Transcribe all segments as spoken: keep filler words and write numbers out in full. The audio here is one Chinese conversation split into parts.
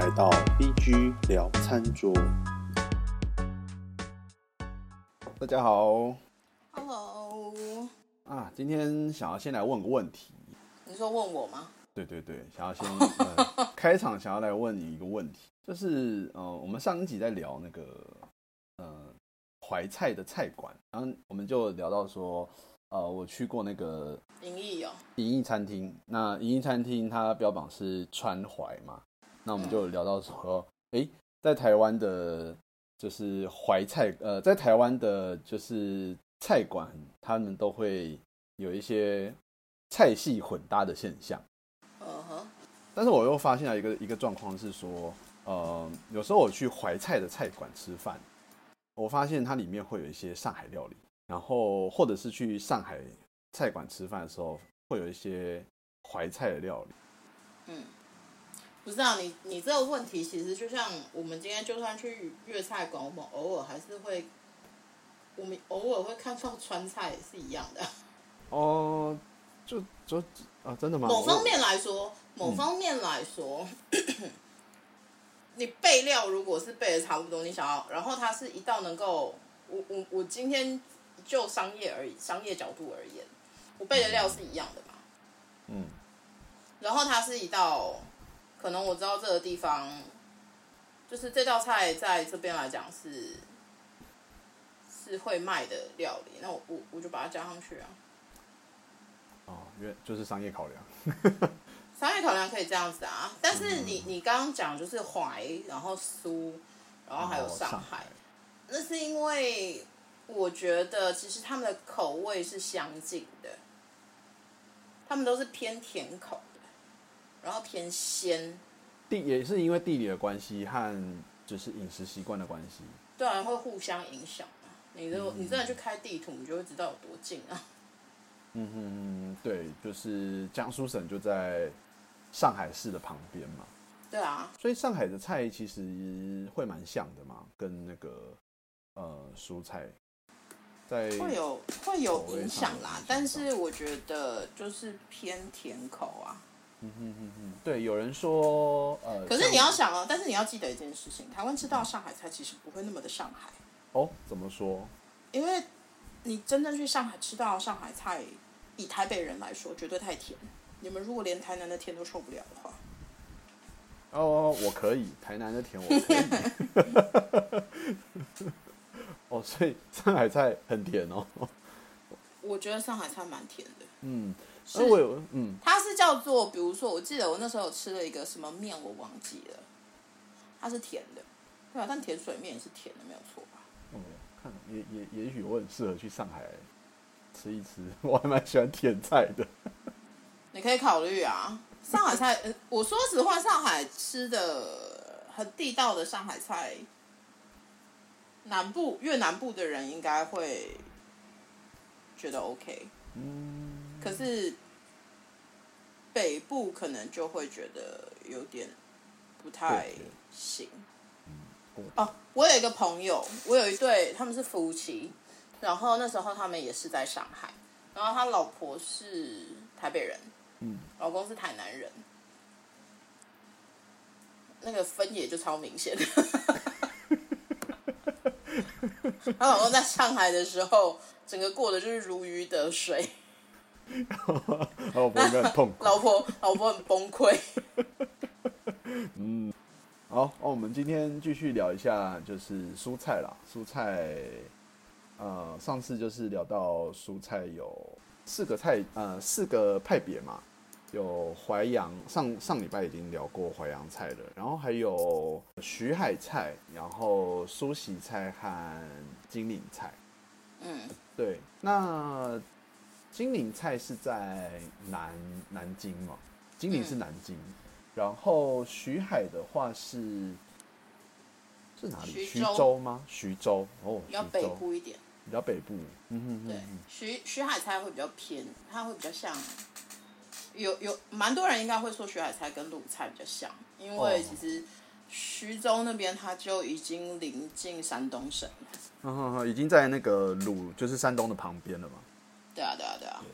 来到 B G 聊餐桌。大家好 ，Hello。 啊，今天想要先来问个问题。 你说问我吗？ 对对对，想要先、呃、开场，想要来问你一个问题，就是呃，我们上一集在聊那个呃淮菜的菜馆，然后我们就聊到说，呃，我去过那个银翼哦， 银翼餐厅。那银翼餐厅它标榜是川淮嘛，那我们就聊到说，哎、嗯，在台湾的，就是淮菜，呃，在台湾的，就是菜馆，他们都会有一些菜系混搭的现象。 嗯哼。 但是我又发现了一个一个状况是说，呃，有时候我去淮菜的菜馆吃饭，我发现它里面会有一些上海料理，然后或者是去上海菜馆吃饭的时候，会有一些淮菜的料理。 嗯，不知道你你这个问题，其实就像我们今天就算去粤菜馆，我们偶尔还是会，我们偶尔会看到川菜也是一样的。 哦，就就啊，真的吗？ 某方面来说，某方面来说，嗯、你备料如果是备的差不多，你想要，然后它是一道能够，我我我今天就商业而已，商业角度而言，我备的料是一样的嘛。 嗯。 然后它是一道，可能我知道这个地方，就是这道菜在这边来讲是是会卖的料理，那我我我就把它加上去啊。 哦，因为就是商业考量。 商业考量可以这样子啊，但是你你刚刚讲就是淮，然后苏，然后还有上海， 上海那是因为我觉得其实他们的口味是相近的，他们都是偏甜口的，然后偏鲜。 地也是因为地理的关系和就是饮食习惯的关系。 对啊，会互相影响啊。你就、嗯、你真的去开地图，你就会知道有多近啊。 嗯哼哼，对，就是江苏省就在上海市的旁边嘛。 对啊， 所以上海的菜其实会蛮像的嘛，跟那个呃蔬菜在会有会有影响啦，但是我觉得就是偏甜口啊。 嗯哼哼哼，对，有人说呃， 可是你要想哦，但是你要记得一件事情，台湾吃到上海菜其实不会那么的上海。 哦，怎么说？ 因为你真正去上海吃到上海菜，以台北人来说，绝对太甜。你们如果连台南的甜都受不了的话， 哦，我可以，台南的甜我可以。哦，所以上海菜很甜哦。 我觉得上海菜蛮甜的。 嗯， 是我有嗯， 它是叫做，比如说，我记得我那时候有吃了一个什么面，我忘记了，它是甜的，对啊，但甜水面也是甜的，没有错吧？ 哦，看也也也许我很适合去上海吃一吃，我还蛮喜欢甜菜的。 你可以考虑啊，上海菜，呃，我说实话，上海吃的很地道的上海菜，南部越南部的人应该会觉得 OK， 嗯， 可是北部可能就会觉得有点不太行。哦，我有一个朋友，我有一对，他们是夫妻，然后那时候他们也是在上海，然后他老婆是台北人， 嗯， 老公是台南人，那个分野就超明显的。她老公在上海的时候，整个过得就是如鱼得水。 老婆应该很痛苦。 老婆老婆很崩溃。 嗯，好，那我们今天继续聊一下，就是蔬菜啦。蔬菜，呃，上次就是聊到蔬菜有四个菜，呃，四个派别嘛，有淮扬，上上礼拜已经聊过淮扬菜了，然后还有徐海菜，然后苏洗菜和金陵菜。 嗯， 对，那金陵菜是在南南京嘛？金陵是南京，嗯、然后徐海的话是是哪里？徐州, 徐州吗？徐州哦， 比较北部一点， 比较北部。嗯哼哼哼， 对，徐徐海菜会比较偏，它会比较像，有有蛮多人应该会说徐海菜跟鲁菜比较像，因为其实徐州那边它就已经临近山东省了。 嗯哼哼，已经在那个鲁，就是山东的旁边了嘛。 对啊，对啊，对啊。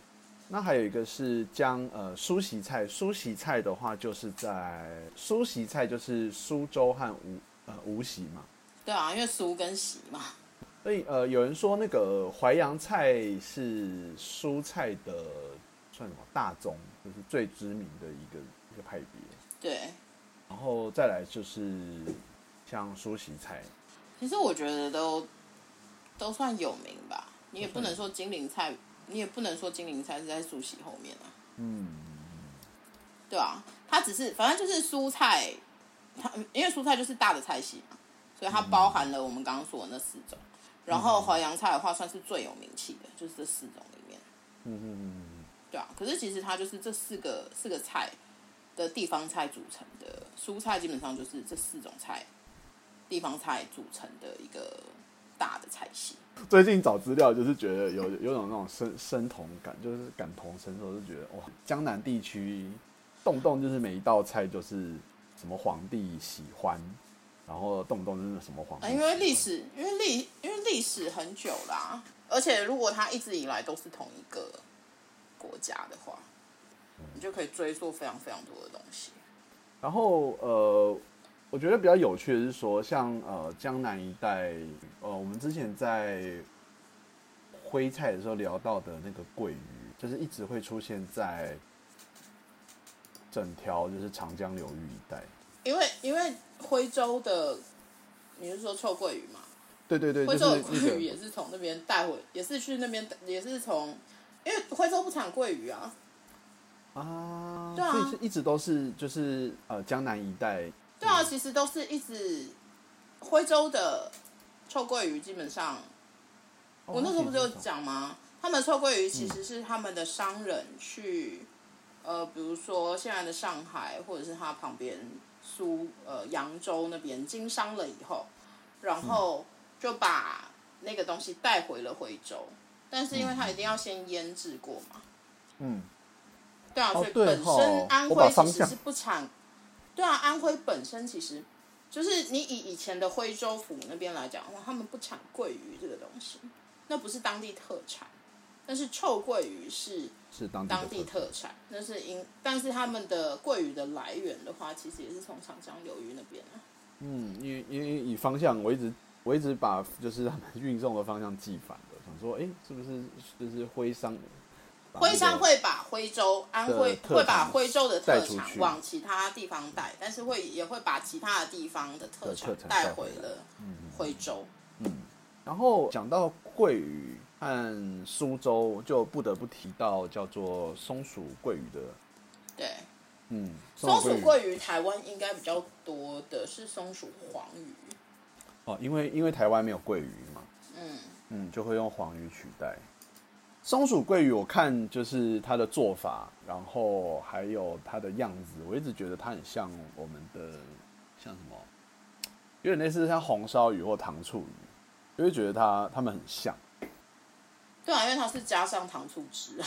那还有一个是江呃苏习菜，苏习菜的话就是在苏习菜就是苏州和无呃无锡嘛。 对啊，因为苏跟习嘛。 所以呃有人说那个淮扬菜是蔬菜的算什么大宗，就是最知名的一个一个派别。 对。 然后再来就是像苏习菜， 其实我觉得都都算有名吧。你也不能说金陵菜，你也不能说金陵菜是在苏习后面啊。嗯，对啊，它只是反正就是蔬菜，它因为蔬菜就是大的菜系嘛，所以它包含了我们刚刚说的那四种。然后淮扬菜的话，算是最有名气的，就是这四种里面。嗯嗯嗯。对啊，可是其实它就是这四个四个菜的地方菜组成的，蔬菜基本上就是这四种菜地方菜组成的一个大的菜系。 最近找资料就是觉得有有种那种身身同感，就是感同身受，就觉得哇，江南地区动不动就是每一道菜就是什么皇帝喜欢，然后动不动就是什么皇帝、啊。 因为历史，因为历因为历史很久啦，而且如果它一直以来都是同一个国家的话，你就可以追溯非常非常多的东西。 然后呃。我觉得比较有趣的是说，像呃江南一带，呃我们之前在徽菜的时候聊到的那个桂鱼，就是一直会出现在整条就是长江流域一带。 因为因为徽州的，你是说臭桂鱼吗？ 对对对， 徽州的桂鱼也是从那边带回，也是去那边，也是从，因为徽州不产桂鱼啊。 啊，对啊，所以是一直都是就是呃江南一带。 对啊，其实都是一直徽州的臭鳜鱼，基本上、哦、我那时候不是有讲吗？他们臭鳜鱼其实是他们的商人去，嗯、呃，比如说现在的上海，或者是他旁边苏呃扬州那边经商了以后，然后就把那个东西带回了徽州，但是因为他一定要先腌制过嘛，嗯，对啊，所以本身安徽其实是不产。对啊，安徽本身其实就是你以以前的徽州府那边来讲的话，他们不产桂鱼这个东西，那不是当地特产。但是臭桂鱼是是当地特产，那是因但是他们的桂鱼的来源的话，其实也是从长江流域那边啊。 嗯，因为因为以方向，我一直我一直把就是他们运送的方向记反了，想说，哎，是不是就是徽商？ 徽商会把徽州、安徽会把徽州的特产往其他地方带，但是会也会把其他的地方的特产带回了徽州。 嗯，嗯然后讲到桂鱼和苏州，就不得不提到叫做松鼠桂鱼的。 对，嗯，松鼠桂鱼台湾应该比较多的是松鼠黄鱼。 哦，因为因为台湾没有桂鱼嘛，嗯嗯，就会用黄鱼取代。松鼠桂鱼，我看就是它的做法，然后还有它的样子，我一直觉得它很像我们的，像什么，有点类似像红烧鱼或糖醋鱼，就会觉得它它们很像。 对啊，因为它是加上糖醋汁啊，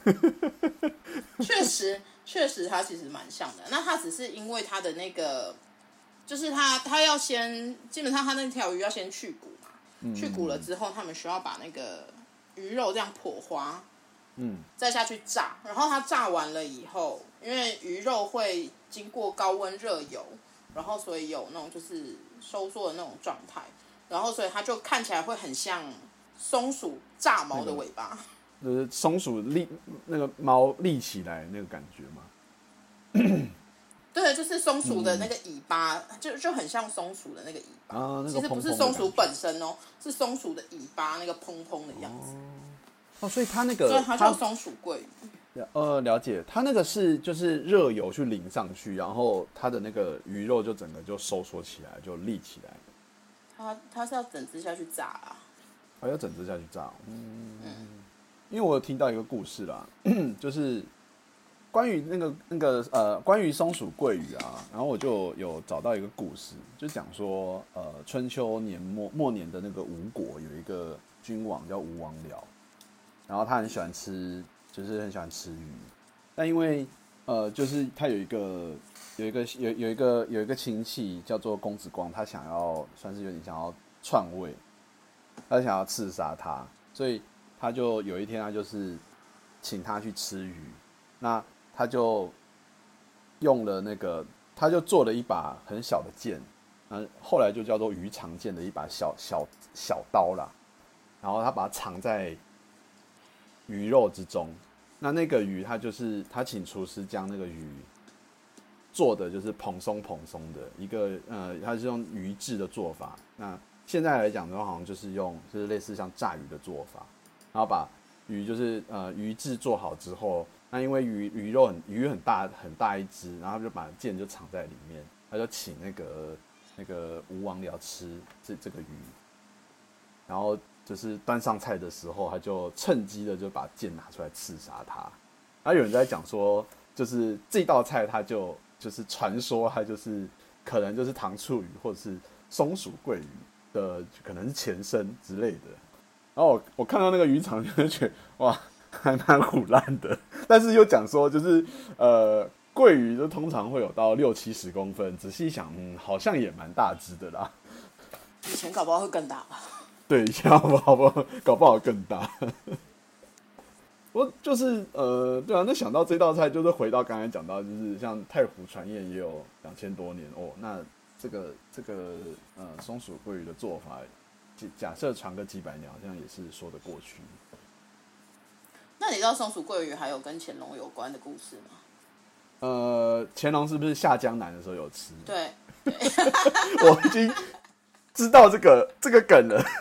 确实确实它其实蛮像的。那它只是因为它的那个，就是它它要先，基本上它那条鱼要先去骨嘛，嗯、去骨了之后，他们需要把那个鱼肉这样剖花，嗯，再下去炸，然后它炸完了以后，因为鱼肉会经过高温热油，然后所以有那种就是收缩的那种状态，然后所以它就看起来会很像松鼠炸毛的尾巴， 那个、就是松鼠立那个毛立起来那个感觉吗？ 对，就是松鼠的那个尾巴，嗯、就就很像松鼠的那个尾巴。啊，那個、其实不是松鼠本身哦，是松鼠的尾巴那个蓬蓬的样子。 哦，所以它那个， 所以它叫松鼠桂鱼。 呃，了解，它那个是就是热油去淋上去，然后它的那个鱼肉就整个就收缩起来，就立起来。 它它是要整只下去炸啊。 哦，要整只下去炸。嗯，嗯因为我有听到一个故事啦，就是。关于那个那个呃，关于松鼠桂鱼啊，然后我就有找到一个故事，就讲说呃，春秋年末末年的那个吴国有一个君王叫吴王僚，然后他很喜欢吃，就是很喜欢吃鱼，但因为呃，就是他有一个有一个有有一个有一个亲戚叫做公子光，他想要算是有点想要篡位，他想要刺杀他，所以他就有一天他就是。 请他去吃鱼，那他就用了那个，他就做了一把很小的剑，嗯，后来就叫做鱼肠剑的一把小小小刀啦，然后他把它藏在鱼肉之中。那那个鱼，他就是他请厨师将那个鱼做的就是蓬松蓬松的一个，呃，他是用鱼质的做法。那现在来讲的话，好像就是用就是类似像炸鱼的做法，然后把鱼就是呃鱼质做好之后，那因为鱼鱼肉很鱼很大很大一只，然后就把剑就藏在里面，他就请那个那个吴王僚吃这这个鱼，然后就是端上菜的时候，他就趁机的就把剑拿出来刺杀他。然后有人在讲说，就是这道菜他就就是传说它就是可能就是糖醋鱼或者是松鼠桂鱼的，可能是前身之类的。然后 我, 我看到那个渔场就觉得哇，还蛮唬烂的，但是又讲说就是呃桂鱼就通常会有到六七十公分，仔细想，嗯，好像也蛮大只的啦。 以前搞不好会更大吧？ 对，以前搞不好搞不好更大。我就是呃，对啊，那想到这道菜，就是回到刚才讲到，就是像太湖传宴也有两千多年哦，那这个这个呃松鼠桂鱼的做法，假设传个几百年，好像也是说得过去。 那你知道松鼠桂鱼还有跟乾隆有关的故事吗？ 呃，乾隆是不是下江南的时候有吃？ 对，对我已经知道这个这个梗了。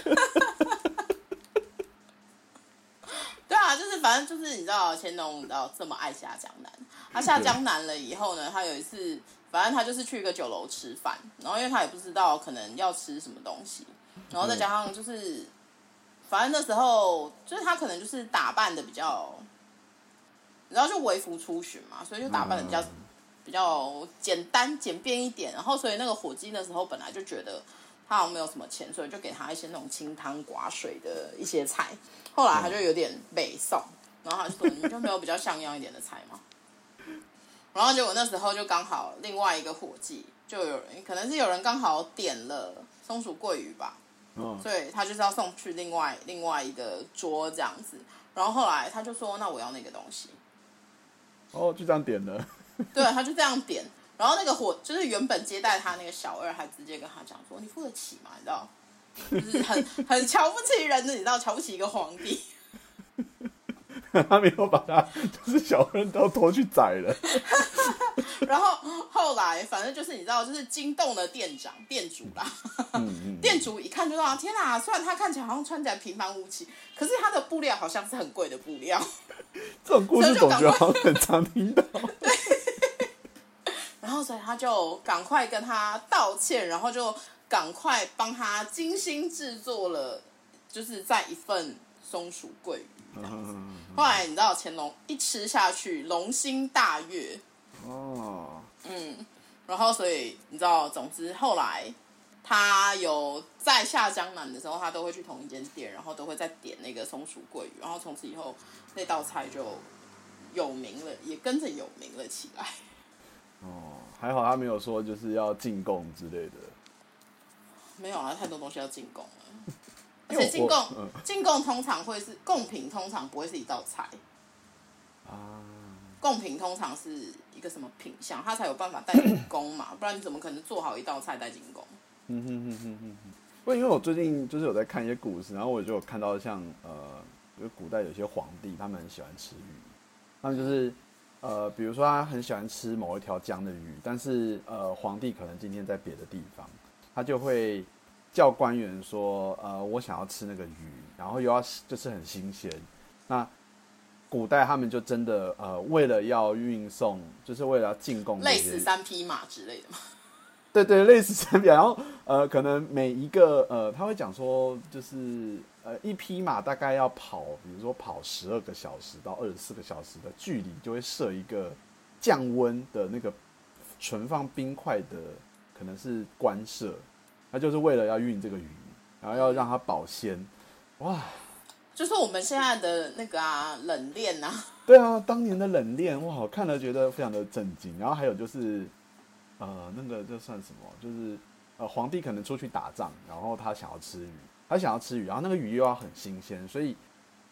对啊，就是反正就是你知道乾隆你知道这么爱下江南，他下江南了以后呢，他有一次反正他就是去一个酒楼吃饭，然后因为他也不知道可能要吃什么东西，然后再加上就是、嗯、反正那时候就是他可能就是打扮的比较，然后就微服出巡嘛，所以就打扮的比较、嗯、比较简单简便一点，然后所以那个伙计那时候本来就觉得他好像没有什么钱，所以就给他一些那种清汤寡水的一些菜。后来他就有点北宋，然后他就说：“你们就没有比较像样一点的菜吗？”然后结果那时候就刚好另外一个伙计，就有人可能是有人刚好点了松鼠桂鱼吧，嗯、所以他就是要送去另外另外一个桌这样子。然后后来他就说：“那我要那个东西。” 哦，就这样点了。 对，他就这样点。然后那个伙就是原本接待他那个小二，还直接跟他讲说：“你付得起吗？”你知道？就是很很瞧不起人的，你知道，瞧不起一个皇帝。 他没有把他就是小人都拖去宰了。 然后后来反正就是你知道，就是惊动了店长店主啦。嗯嗯、店主一看就说：“天哪！虽然他看起来好像穿起来平凡无奇，可是他的布料好像是很贵的布料。” 这种故事总觉得好像很常听到。 对。然后所以他就赶快跟他道歉，然后就赶快帮他精心制作了，就是在一份松鼠桂鱼。嗯、后来你知道乾隆一吃下去，龙心大悦。哦。嗯，然后所以你知道，总之后来他有在下江南的时候，他都会去同一间店，然后都会再点那个松鼠桂鱼，然后从此以后那道菜就有名了，也跟着有名了起来。 哦，还好他没有说就是要进贡之类的。 没有啊，太多东西要进贡了，而且进贡进贡通常会是贡品，通常不会是一道菜啊。贡品通常是一个什么品相，它才有办法带进宫嘛，不然你怎么可能做好一道菜带进宫？嗯哼哼哼哼哼。不过因为我最近就是有在看一些故事，然后我就有看到像呃，就古代有些皇帝他们很喜欢吃鱼，他们就是。呃，比如说他很喜欢吃某一条江的鱼，但是呃，皇帝可能今天在别的地方，他就会叫官员说，呃，我想要吃那个鱼，然后又要就是很新鲜。那古代他们就真的呃，为了要运送，就是为了要进贡， 类似三匹马之类的嘛。 对对，类似三匹马，然后呃，可能每一个呃，他会讲说，就是呃，一匹马大概要跑，比如说跑十二个小时到二十四个小时的距离，就会设一个降温的那个存放冰块的，可能是官舍，那就是为了要运这个鱼，然后要让它保鲜。哇， 就是我们现在的那个啊，冷链啊。 对啊，当年的冷链，哇，看了觉得非常的震惊。然后还有就是。呃，那个这算什么？就是呃，皇帝可能出去打仗，然后他想要吃鱼，他想要吃鱼，然后那个鱼又要很新鲜，所以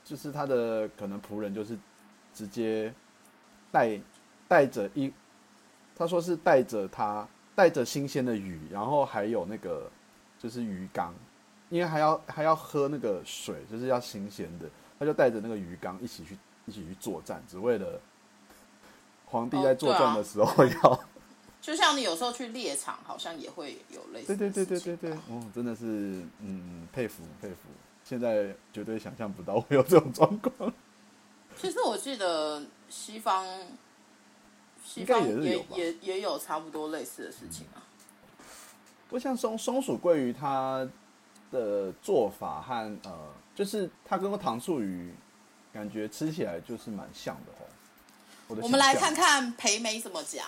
就是他的可能仆人就是直接带带着一，他说是带着他带着新鲜的鱼，然后还有那个就是鱼缸，因为还要还要喝那个水，就是要新鲜的，他就带着那个鱼缸一起去一起去作战，只为了皇帝在作战的时候要、哦啊。 就像你有时候去猎场，好像也会有类似的事情。对对对对对对对，哦，真的是嗯佩服佩服，现在绝对想象不到会有这种状况。 其实我记得西方西方也也也也有差不多类似的事情啊。 不像松松鼠桂鱼，它的做法和呃，就是它跟糖醋鱼感觉吃起来就是蛮像的哦。我, 我们来看看培梅怎么讲。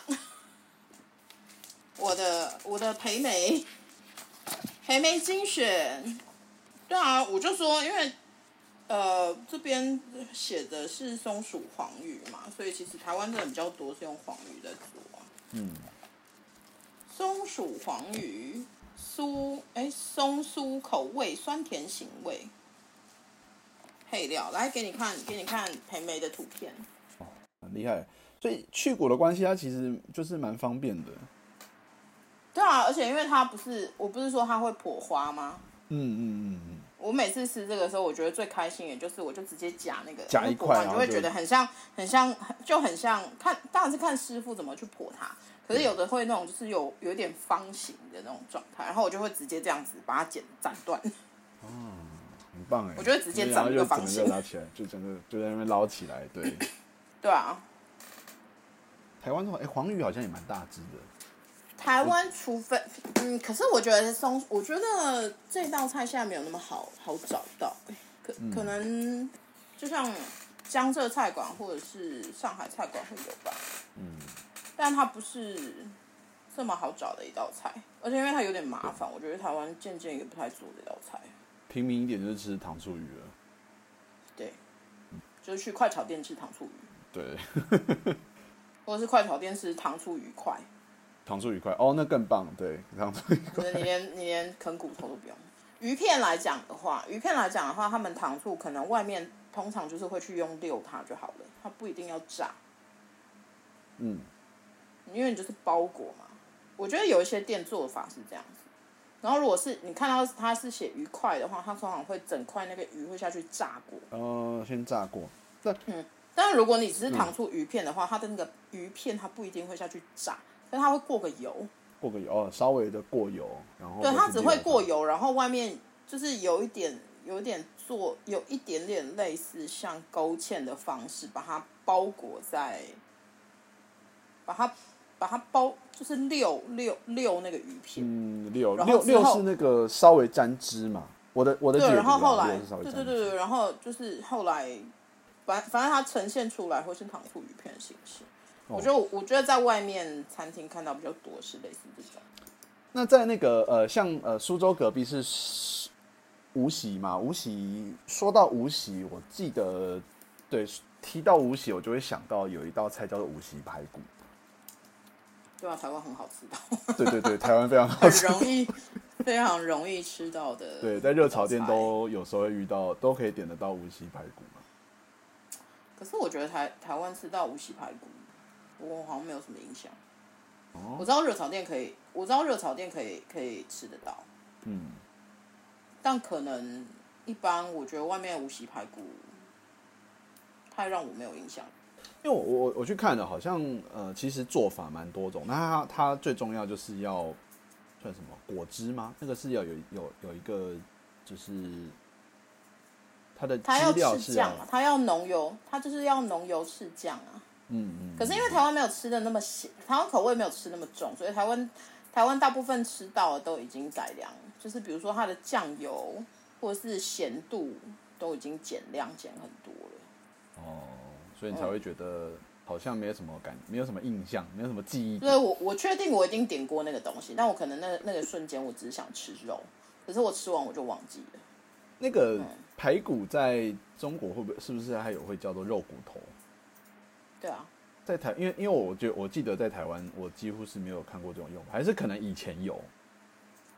我的我的培梅培梅精选，对啊，我就说，因为呃这边写的是松鼠黄鱼嘛，所以其实台湾真的比较多是用黄鱼在做、啊。嗯，松鼠黄鱼酥，哎，松酥口味，酸甜型味。配料来给你看，给你看培梅的图片。 哦，很厉害。所以去骨的关系，它其实就是蛮方便的。 对啊，而且因为它不是，我不是说它会破花吗？ 嗯嗯嗯嗯。 我每次吃这个时候，我觉得最开心的就是我就直接夹那个， 夹一块， 你就会觉得很像，很像，就很像看，当然是看师傅怎么去破它。可是有的会那种就是有有点方形的那种状态，然后我就会直接这样子把它剪斩断。 哦，很棒哎！ 我就会直接长一个方形， 然后就整个拉起来，就整个就在那边捞起来，对。 对啊。 台湾的话，哎，黄鱼好像也蛮大只的。 台湾除非嗯，可是我觉得松，我觉得这道菜现在没有那么好好找到，可可能就像江浙菜馆或者是上海菜馆会有吧，嗯，但它不是这么好找的一道菜，而且因为它有点麻烦，我觉得台湾渐渐也不太做这道菜。 平民一点就是吃糖醋鱼了， 对，就是去快炒店吃糖醋鱼， 对， 或者是快炒店吃糖醋鱼块。 糖醋鱼块哦，那更棒，对，糖醋鱼块。 你连你连啃骨头都不用。鱼片来讲的话，鱼片来讲的话，他们糖醋可能外面通常就是会去用溜它就好了，它不一定要炸。嗯，因为你就是包裹嘛。我觉得有一些店做法是这样子。然后如果是你看到它是写鱼块的话，它通常会整块那个鱼会下去炸过。 哦、呃，先炸过。 嗯，但是如果你只是糖醋鱼片的话，嗯、它的那个鱼片它不一定会下去炸。但它会过个油， 过个油哦，稍微的过油，然后对，它只会过油，然后外面就是有一点，有一点做，有一点点类似像勾芡的方式，把它包裹在，把它把它包，就是溜溜溜那个鱼片， 嗯，溜溜溜是那个稍微沾汁嘛，我的我的解读， 对，然后后来， 对对对对，然后就是后来，反反正它呈现出来会是糖醋鱼片的形式。我觉得，我觉得在外面餐厅看到比较多是类似这种。 那在那个呃，像呃苏州隔壁是无锡嘛？无锡说到无锡，我记得对提到无锡，我就会想到有一道菜叫做无锡排骨。 对啊，台湾很好吃到。 对对对，台湾非常好吃， 很容易，非常容易吃到的。 对，在热炒店都有时候会遇到，都可以点得到无锡排骨嘛。 可是我觉得台台湾吃到无锡排骨。我好像没有什么印象。哦、我知道热炒店可以，我知道热炒店可以可以吃得到。嗯。但可能一般，我觉得外面无锡排骨太让我没有印象。 因为我我我去看了，好像呃，其实做法蛮多种。那它它最重要就是要算什么果汁吗？那个是要有有有一个就是它的它要吃赤酱啊，它要浓油，它就是要浓油赤酱啊。嗯嗯，可是因为台湾没有吃的那么咸，台湾口味没有吃那么重，所以台湾台湾大部分吃到的都已经改良，就是比如说它的酱油或者是咸度都已经减量减很多了。 哦，所以你才会觉得好像没有什么感，没有什么印象，没有什么记忆。 所以我我确定我已经点过那个东西，但我可能那那个瞬间我只是想吃肉，可是我吃完我就忘记了。 那个排骨在中国会不会是不是还有会叫做肉骨头？ 对啊， 在台，因为因为我觉得我记得在台湾，我几乎是没有看过这种用法，还是可能以前有，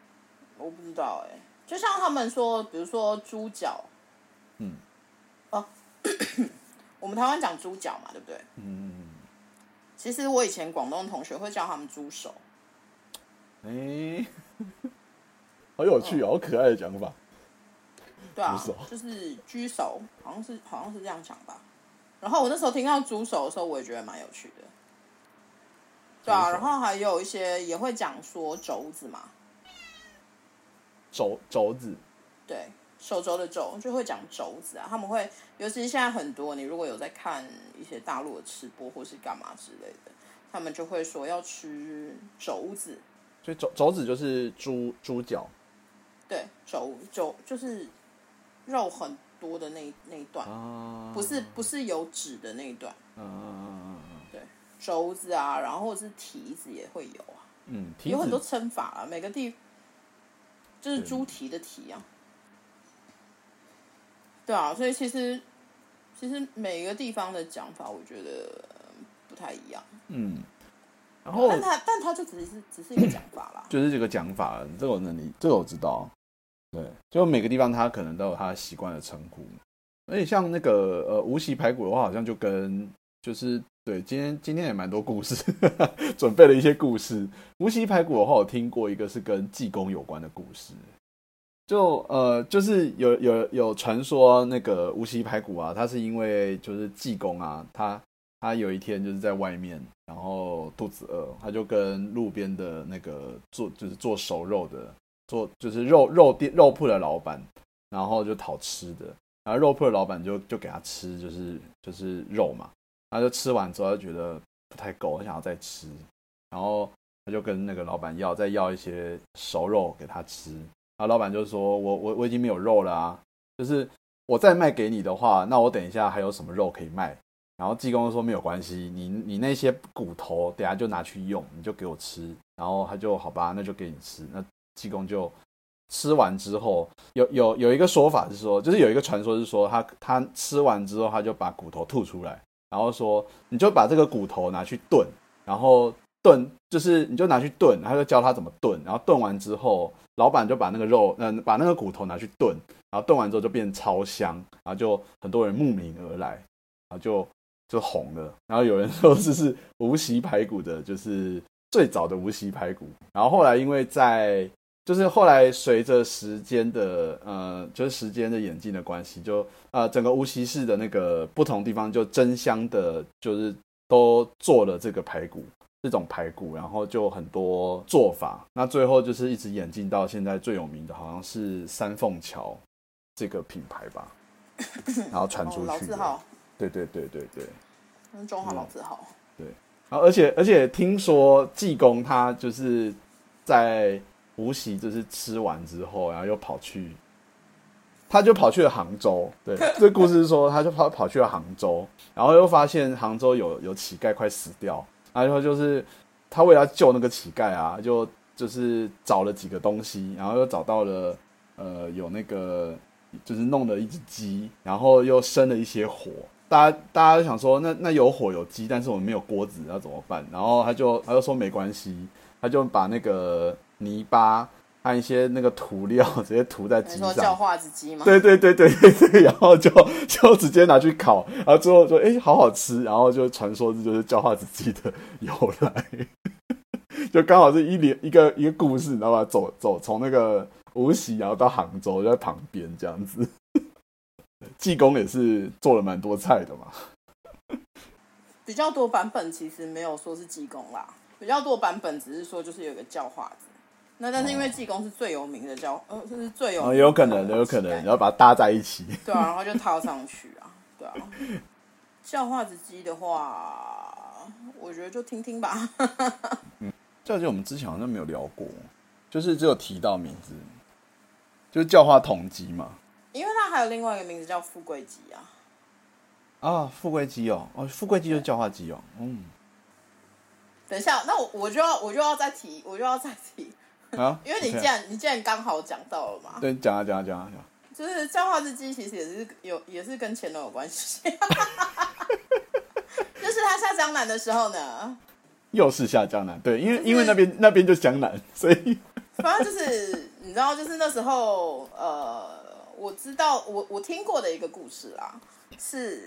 我不知道哎、欸。就像他们说，比如说猪脚，嗯，哦， 我们台湾讲猪脚嘛，对不对？嗯。其实我以前广东同学会叫他们猪手。 哎、欸，好有趣、哦，好可爱的讲法。 对啊，就是居手，好像是好像是这样讲吧。然后我那时候听到猪手的时候，我也觉得蛮有趣的。对啊，然后还有一些也会讲说肘子嘛， 肘肘子， 对，手肘的肘就会讲肘子啊。他们会，尤其是现在很多，你如果有在看一些大陆的吃播或是干嘛之类的，他们就会说要吃肘子。 所以肘肘子就是猪猪脚， 对，肘肘就是肉很多的那那一段，啊、不是不是有脂的那一段。啊、对，肘子啊，然后或者是蹄子也会有啊。嗯，有很多称法啊，每个地就是猪蹄的蹄啊。对啊，所以其实其实每个地方的讲法，我觉得不太一样。嗯。然后，但他但他就只是只是一个讲法啦， 就是这个讲法，这个我能理，这个我知道。对，就每个地方他可能都有他习惯的称呼，而且像那个呃无锡排骨的话，好像就跟就是对今天今天也蛮多故事，准备了一些故事。无锡排骨的话，我听过一个是跟济公有关的故事，就呃就是有有有传说那个无锡排骨啊，它是因为就是济公啊，他。他有一天就是在外面，然后肚子饿，他就跟路边的那个做就是做熟肉的，做就是肉肉店肉铺的老板，然后就讨吃的，然后肉铺的老板就就给他吃，就是就是肉嘛，他就吃完之后他就觉得不太够，他想要再吃，然后他就跟那个老板要再要一些熟肉给他吃，然后老板就说我我我已经没有肉了啊，就是我再卖给你的话，那我等一下还有什么肉可以卖？然后济公说没有关系，你你那些骨头等一下就拿去用，你就给我吃。然后他就好吧，那就给你吃。那济公就吃完之后，有有有一个说法是说，就是有一个传说是说他他吃完之后他就把骨头吐出来，然后说你就把这个骨头拿去炖，然后炖就是你就拿去炖，他就教他怎么炖，然后炖完之后，老板就把那个肉嗯、呃、把那个骨头拿去炖，然后炖完之后就变超香，然后就很多人慕名而来，然后就。就红了，然后有人说这是无锡排骨的，就是最早的无锡排骨。然后后来因为在，就是后来随着时间的呃，就是时间的演进的关系，就呃整个无锡市的那个不同地方就争相的，就是都做了这个排骨，这种排骨，然后就很多做法。那最后就是一直演进到现在最有名的，好像是三凤桥这个品牌吧，然后传出去的。 老字号。 对对对对对， 中华老字号。 对，然后而且而且听说济公他就是在无锡，就是吃完之后，然后又跑去，他就跑去了杭州。对，这故事是说他就跑跑去了杭州，然后又发现杭州有有乞丐快死掉，然后就是他为了救那个乞丐啊，就就是找了几个东西，然后又找到了呃有那个就是弄了一只鸡，然后又生了一些火。大家大家就想说，那那有火有鸡，但是我们没有锅子，要怎么办？然后他就他就说没关系，他就把那个泥巴和一些那个涂料直接涂在鸡上。你说叫化子鸡吗？ 对对对对对对，然后就就直接拿去烤，然后之后说哎、欸、好好吃，然后就传说这就是叫化子鸡的由来，就刚好是一连一个一个故事，你知道吧？走走从那个无锡然后到杭州，就在旁边这样子。济公也是做了蛮多菜的嘛， 比较多版本其实没有说是济公啦，比较多版本只是说就是有一个叫化子，那但是因为济公是最有名的叫，呃，就是最有名的、 哦，有可能，有可能，然后把它搭在一起， 对啊，然后就套上去啊，对啊。叫化子鸡的话，我觉得就听听吧。 嗯，叫鸡我们之前好像没有聊过，就是只有提到名字，就是叫化统鸡嘛。 因为它还有另外一个名字叫富贵鸡啊。 啊，富贵鸡哦，哦，富贵鸡就是叫化鸡哦，嗯。 等一下，那我我就要我就要再提，我就要再提啊，因为你既然、okay. 你既然刚好讲到了嘛， 对，讲啊讲啊讲啊讲。 就是叫化子鸡其实也是有也是跟乾隆有关系，就是他下江南的时候呢， 又是下江南，对，因为、就是、因为那边那边就江南，所以反正就是你知道，就是那时候呃。我知道，我我听过的一个故事啦，是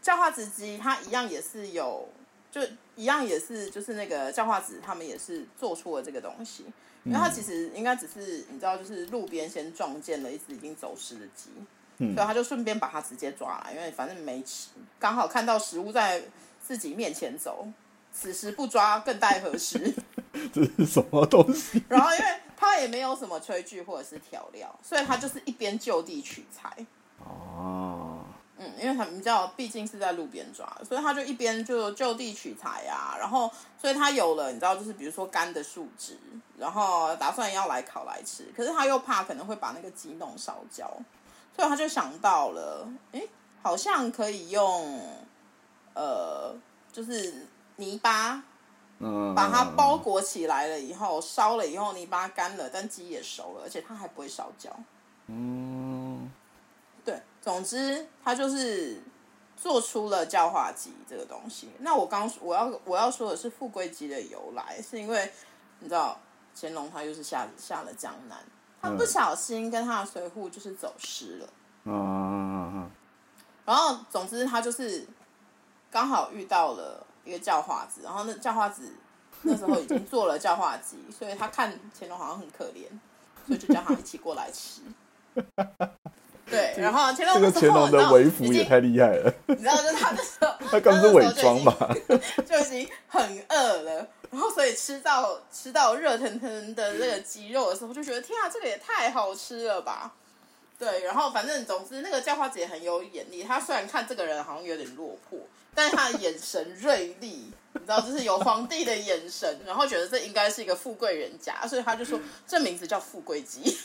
叫化子鸡它一样也是有，就一样也是就是那个叫化子他们也是做出了这个东西，因为它其实应该只是你知道，就是路边先撞见了一只已经走失的鸡。嗯、所以他就顺便把它直接抓来，因为反正没吃，刚好看到食物在自己面前走，此时不抓更待何时？ 这是什么东西？ 然后因为他也没有什么炊具或者是调料，所以他就是一边就地取材。哦，嗯，因为他们知道毕竟是在路边抓，所以他就一边就就地取材啊，然后所以他有了你知道，就是比如说干的树枝，然后打算要来烤来吃，可是他又怕可能会把那个鸡弄烧焦。所以他就想到了，哎，好像可以用，呃，就是泥巴，嗯，把它包裹起来了以后，烧了以后泥巴干了，但鸡也熟了，而且它还不会烧焦。嗯，对，总之他就是做出了叫化鸡这个东西。那我刚我要我要说的是富贵鸡的由来，是因为你知道乾隆他又是下下了江南。他不小心跟他的随扈就是走失了，嗯，然后总之他就是刚好遇到了一个叫化子，然后那叫化子那时候已经做了叫化鸡，所以他看乾隆好像很可怜，所以就叫他一起过来吃。对，然后乾隆这个乾隆的微服也太厉害了， 你知道，就是他那时候他根本是伪装吧， 就已经很饿了。然后，所以吃到吃到热腾腾的那个鸡肉的时候，就觉得天啊，这个也太好吃了吧！对，然后反正总之，那个叫化子也很有眼力。他虽然看这个人好像有点落魄，但是他的眼神锐利，你知道，就是有皇帝的眼神，然后觉得这应该是一个富贵人家，所以他就说这名字叫富贵鸡。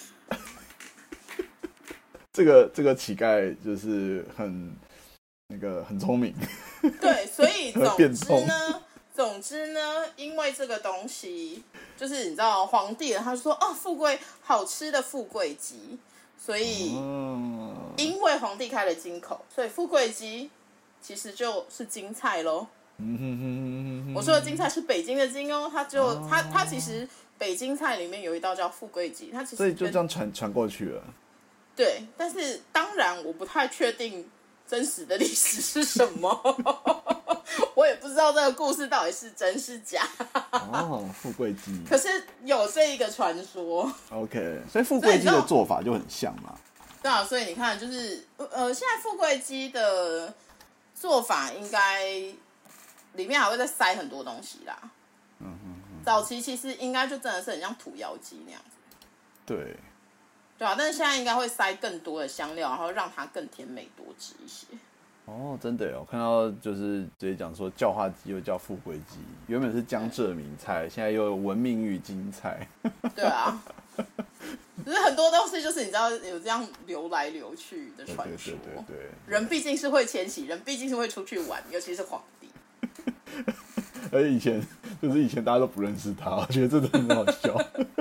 这个这个乞丐就是很那个很聪明。 对，所以总之呢。总之呢，因为这个东西，就是你知道，皇帝他就说哦，富贵好吃的富贵鸡，所以、嗯、因为皇帝开了金口，所以富贵鸡其实就是京菜咯。嗯、我说的京菜是北京的京哦，它就、哦、它它其实北京菜里面有一道叫富贵鸡，它其实所以就这样传传过去了。 对，但是当然我不太确定真实的历史是什么。我也不知道这个故事到底是真是假。 哦，富贵鸡。 可是有这一个传说。 OK， 所以富贵鸡的做法就很像嘛。 对啊，所以你看，就是呃，现在富贵鸡的做法应该里面还会再塞很多东西啦。嗯哼哼。早期其实应该就真的是很像土窑鸡那样子。 对。 对啊，但是现在应该会塞更多的香料，然后让它更甜美多汁一些。 哦，真的耶！我看到就是直接讲说叫化鸡又叫富贵鸡，原本是江浙名菜，现在又闻名于京菜。 对啊，只是很多东西就是你知道有这样流来流去的传说。对对对对，人毕竟是会迁徙，人毕竟是会出去玩，尤其是皇帝。 而且以前就是以前大家都不认识他，我觉得真的很好笑。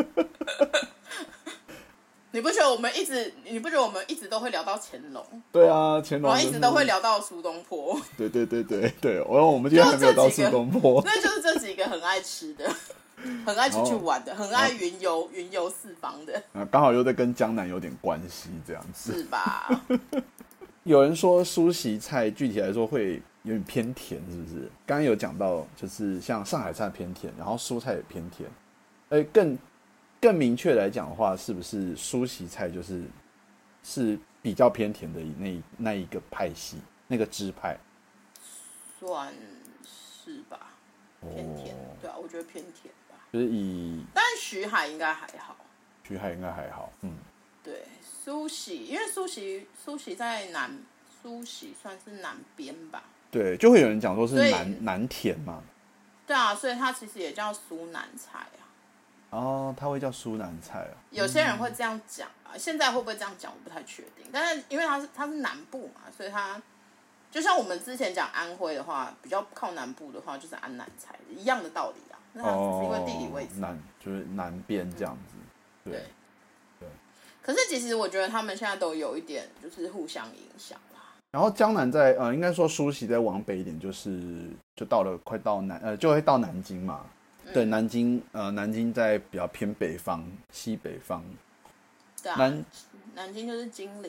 你不觉得我们一直，你不觉得我们一直都会聊到乾隆？ 对啊，乾隆、就是， 然后一直都会聊到苏东坡。 对对对对对，我我们今天还没有到苏东坡。 那就是这几个很爱吃的，很爱出去玩的，很爱云游云游四方的。 啊，刚好又在跟江南有点关系，这样子是吧？ 有人说苏习菜具体来说会有点偏甜，是不是？刚刚有讲到，就是像上海菜偏甜，然后苏菜也偏甜，而更。更明确来讲的话，是不是苏习菜就是是比较偏甜的那那一个派系，那个支派？ 算是吧，偏甜。哦、对啊，我觉得偏甜吧。 就是以， 但徐海应该还好。 徐海应该还好，嗯。 对，苏习，因为苏习苏习在南，苏习算是南边吧。 对，就会有人讲说是南南甜嘛。 对啊，所以它其实也叫苏南菜啊。 哦，它会叫苏南菜啊。 有些人会这样讲啊，现在会不会这样讲我不太确定。但是因为它是它是南部嘛，所以它就像我们之前讲安徽的话，比较靠南部的话就是安南菜，一样的道理啊。那它只是因为地理位置， 哦、南就是南边这样子。对 对, 对。可是其实我觉得他们现在都有一点就是互相影响啦。 然后江南在呃，应该说苏习再往北一点，就是就到了快到南呃，就会到南京嘛。对，南京呃，南京在比较偏北方，西北方。 对啊，南南京就是金陵啊。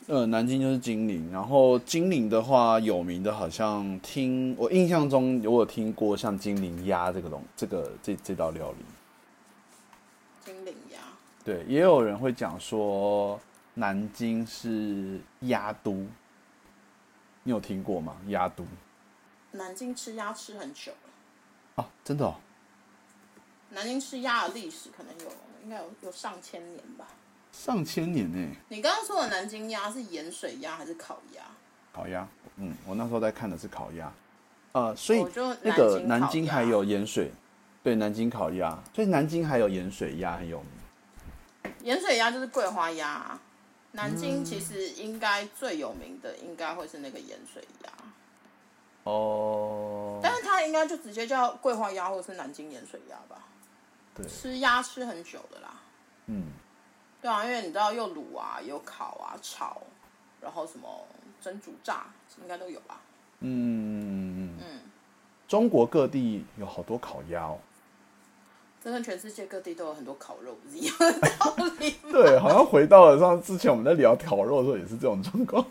呃，南京就是金陵，然后金陵的话，有名的好像听我印象中有我听过像金陵鸭这个东这个这这道料理。 金陵鸭。 对，也有人会讲说南京是鸭都，你有听过吗？鸭都。 南京吃鸭吃很久了。 啊，真的哦。 南京吃鸭的历史可能有，应该有有上千年吧。 上千年呢？ 你刚刚说的南京鸭是盐水鸭还是烤鸭？ 烤鸭，嗯，我那时候在看的是烤鸭，呃，所以哦那个南京还有盐水，对，南京烤鸭，所以南京还有盐水鸭很有名。 盐水鸭就是桂花鸭啊，南京其实应该最有名的应该会是那个盐水鸭。 哦， 但是它应该就直接叫桂花鸭或是南京盐水鸭吧？ 对， 吃鸭吃很久的啦。 嗯。 对啊，因为你知道又卤啊，有烤啊、炒，然后什么蒸、煮、炸，应该都有吧？ 嗯嗯。中国各地有好多烤鸭哦。 这跟全世界各地都有很多烤肉不是一样的道理吗？ 对，好像回到了上之前我们在聊烤肉的时候也是这种状况。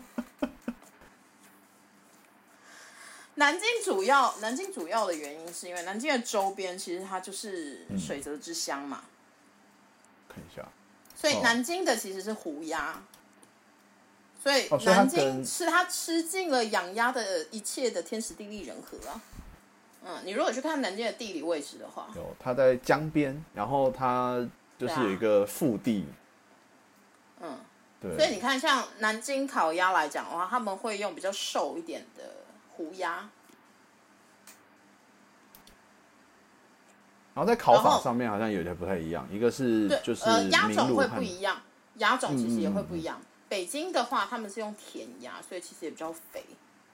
南京主要南京主要的原因是因为南京的周边其实它就是水泽之乡嘛。嗯、 看一下。 所以南京的其实是胡鸭，所以南京吃它吃尽了养鸭的一切的天时地利人和啊。嗯，你如果去看南京的地理位置的话， 有它在江边，然后它就是有一个腹地。 啊、嗯， 对。 所以你看，像南京烤鸭来讲的话，他们会用比较瘦一点的胡鸭。 然后在烤法上面好像有点不太一样，一个是就是呃鸭种会不一样，鸭种其实也会不一样。嗯嗯嗯北京的话，他们是用甜鸭，所以其实也比较肥。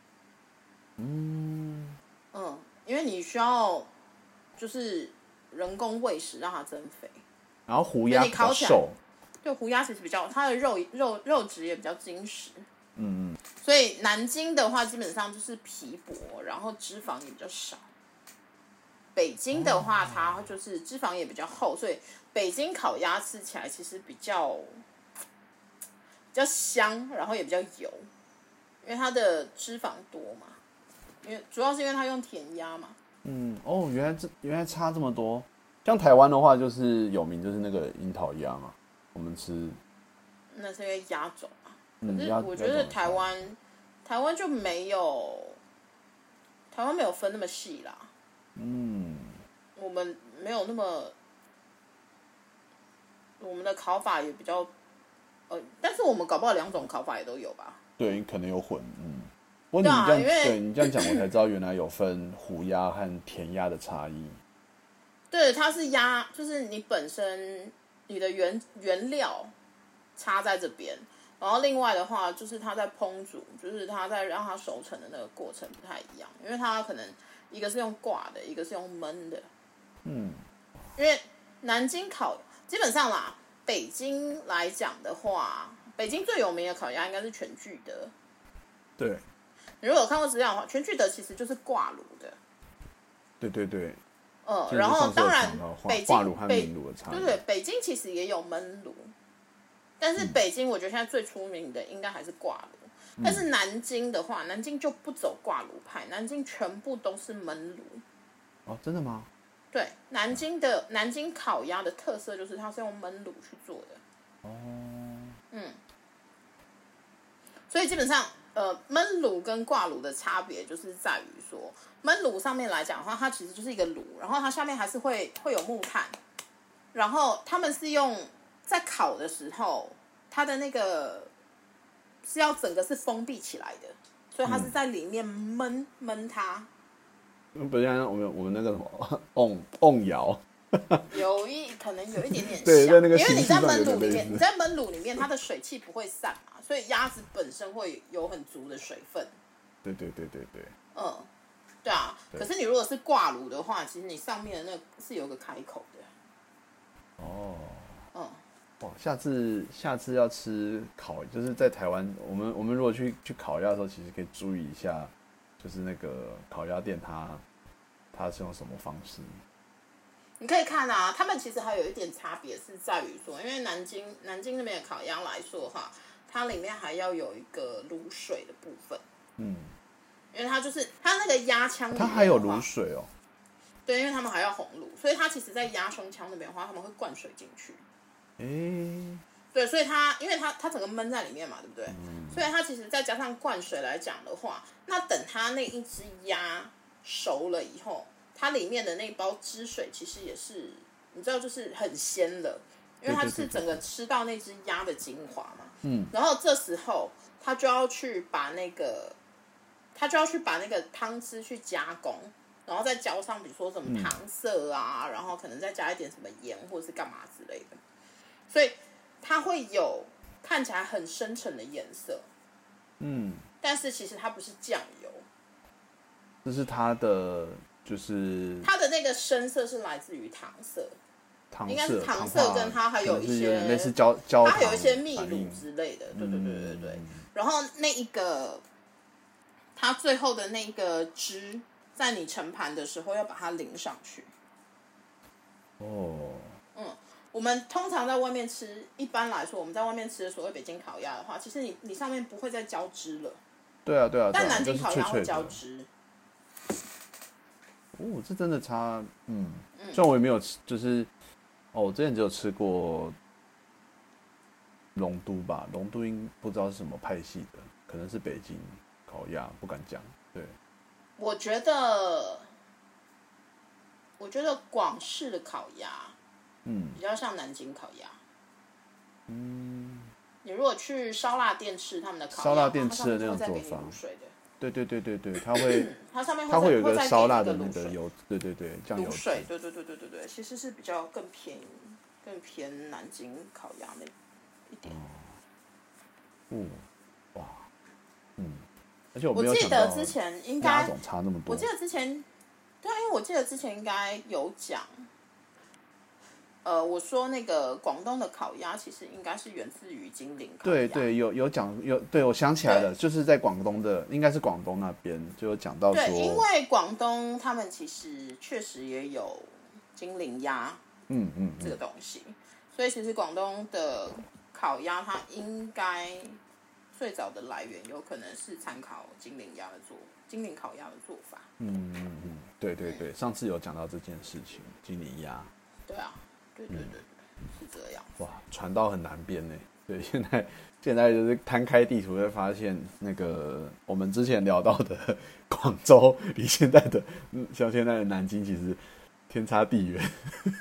嗯嗯，因为你需要就是人工喂食让它增肥。 然后胡鸭比较瘦， 对，胡鸭其实比较它的肉肉肉质也比较精实。 嗯嗯。 所以南京的话，基本上就是皮薄，然后脂肪也比较少。北京的话，它就是脂肪也比较厚，所以北京烤鸭吃起来其实比较比较香，然后也比较油，因为它的脂肪多嘛。因为主要是因为它用甜鸭嘛。 嗯，哦，原来这原来差这么多。像台湾的话，就是有名就是那个樱桃鸭嘛，我们吃。 那是因为鸭种啊。 嗯、 可是我觉得台湾台湾就没有台湾没有分那么细啦。嗯，我们没有那么，我们的烤法也比较，呃，但是我们搞不好两种烤法也都有吧？ 对，可能有混，嗯。不过你这样，对,、啊、对你这样讲，我才知道原来有分胡鸭和甜鸭的差异。 对，它是鸭，就是你本身你的原原料插在这边，然后另外的话就是它在烹煮，就是它在让它熟成的那个过程不太一样，因为它可能。一个是用挂的，一个是用焖的。嗯，因为南京烤基本上啦，北京来讲的话，北京最有名的烤鸭应该是全聚德。 对。 你如果有看过资料的话，全聚德其实就是挂炉的。 对对对。 呃，然后当然北京挂炉和焖炉的差异。 对对，北京其实也有焖炉，但是北京我觉得现在最出名的应该还是挂炉。但是南京的话，南京就不走挂炉派，南京全部都是焖炉。 哦，真的吗？ 对，南京的南京烤鸭的特色就是它是用焖炉去做的。哦。嗯。所以基本上，呃，焖炉跟挂炉的差别就是在于说，焖炉上面来讲的话，它其实就是一个炉，然后它下面还是会会有木炭，然后他们是用在烤的时候，它的那个。是要整个是封闭起来的，所以它是在里面焖焖它。 不像我们我们那个什么瓮瓮窑， 有一可能有一点点像， 对，在那个因为你在焖炉里面，你在焖炉里面，它的水汽不会散嘛，所以鸭子本身会有很足的水分。 对对对对对。 嗯，对啊。可是你如果是挂炉的话，其实你上面的那个是有个开口的。哦。嗯。 哇，下次下次要吃烤，就是在台湾，我们我们如果去去烤鸭的时候，其实可以注意一下，就是那个烤鸭店它它是用什么方式？ 你可以看啊，他们其实还有一点差别是在于说，因为南京南京那边的烤鸭来说的话， 它里面还要有一个卤水的部分。 嗯， 因为它就是它那个压枪， 它还有卤水哦。 对，因为他们还要红卤，所以它其实在压胸腔那边的话，他们会灌水进去。 诶， 对，所以它因为它它整个闷在里面嘛，对不对？嗯、所以它其实再加上灌水来讲的话，那等它那一只鸭熟了以后，它里面的那包汁水其实也是你知道，就是很鲜的，因为它是整个吃到那只鸭的精华嘛。嗯。然后这时候它就要去把那个，它就要去把那个汤汁去加工。然后再浇上，比如说什么糖色啊，嗯、然后可能再加一点什么盐或者是干嘛之类的，所以它会有看起来很深沉的颜色，嗯，但是其实它不是酱油， 这是它的就是它的那个深色是来自于糖色， 糖色应该是糖色跟它还有一些类似焦焦糖， 它还有一些秘鲁之类的，对对对对对。嗯、然后那一个它最后的那个汁。在你盛盘的时候要把它淋上去。哦，嗯，我们通常在外面吃，一般来说我们在外面吃的所谓北京烤鸭的话，其实你你上面不会再浇汁了。 对啊，对啊。 但南京烤鸭会浇汁。 哦，这真的差，嗯，虽然我也没有吃，就是哦，我之前只有吃过龙都吧，龙都应不知道是什么派系的，可能是北京烤鸭，不敢讲，对。 我觉得，我觉得广式的烤鸭，嗯，比较像南京烤鸭。嗯，你如果去烧腊店吃他们的烤鸭， 烧腊店吃的那种做法，对对对对对，它会， 它上面会它会有一个烧腊的那个油，对对对，酱油水，对对对对对对，其实是比较更偏更偏南京烤鸭那一点。 哦，哇，嗯。而且我, 我记得之前应该， 总差那么多。 我记得之前，对啊，因为我记得之前应该有讲，呃，我说那个广东的烤鸭其实应该是源自于金陵烤鸭。 对对，有有讲有，对我想起来了，就是在广东的，应该是广东那边就有讲到说， 对，因为广东他们其实确实也有金陵鸭，嗯嗯，这个东西，所以其实广东的烤鸭它应该。最早的来源有可能是参考金陵鸭的做金陵烤鸭的做法。嗯嗯嗯，对对对，上次有讲到这件事情，金陵鸭。 对啊，对对对对，嗯、是这样。 哇，传到很难编呢。对，现在现在就是摊开地图会发现，那个我们之前聊到的广州，离现在的像现在的南京，其实天差地远。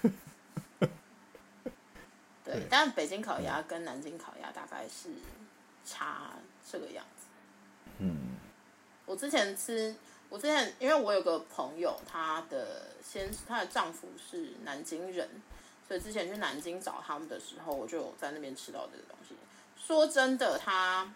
对，但北京烤鸭跟南京烤鸭大概是。差这个样子，嗯，我之前吃，我之前因为我有个朋友，她的先她的丈夫是南京人，所以之前去南京找他们的时候，我就有在那边吃到这个东西。说真的，它，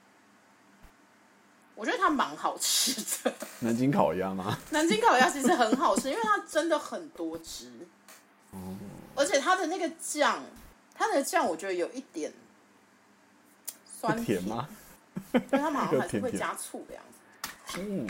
我觉得它蛮好吃的。 南京烤鸭吗？ 南京烤鸭其实很好吃，因为它真的很多汁，哦，而且它的那个酱，它的酱我觉得有一点。酸甜吗？ 因为他们好像还是会加醋的样子。嗯，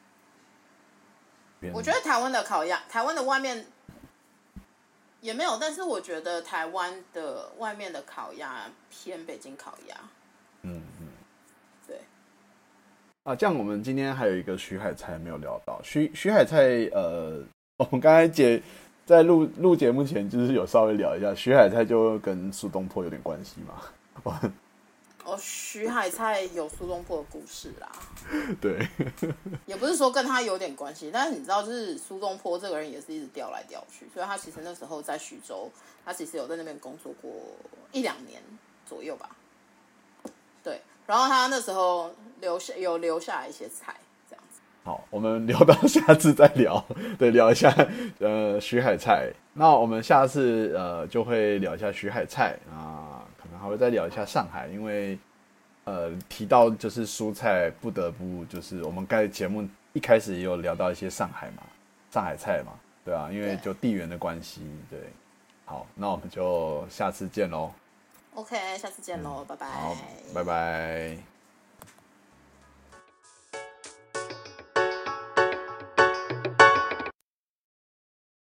我觉得台湾的烤鸭，台湾的外面也没有，但是我觉得台湾的外面的烤鸭偏北京烤鸭。嗯嗯，对。 啊，这样我们今天还有一个徐海菜没有聊到。徐徐海菜，呃，我们刚才节在录录节目前，就是有稍微聊一下，徐海菜就跟苏东坡有点关系嘛。 哦，徐海菜有苏东坡的故事啦。 对， 也不是说跟他有点关系，但是你知道，就是苏东坡这个人也是一直调来调去，所以他其实那时候在徐州，他其实有在那边工作过一两年左右吧。对，然后他那时候留下有留下来一些菜，这样子。 好，我们留到下次再聊，对，聊一下呃徐海菜。那我们下次呃就会聊一下徐海菜啊。还会再聊一下上海，因为呃提到就是蔬菜，不得不就是我们刚才节目一开始也有聊到一些上海嘛，上海菜嘛，对啊，因为就地缘的关系，对。好，那我们就下次见喽。 OK， 下次见喽，嗯、拜拜。 好，拜拜。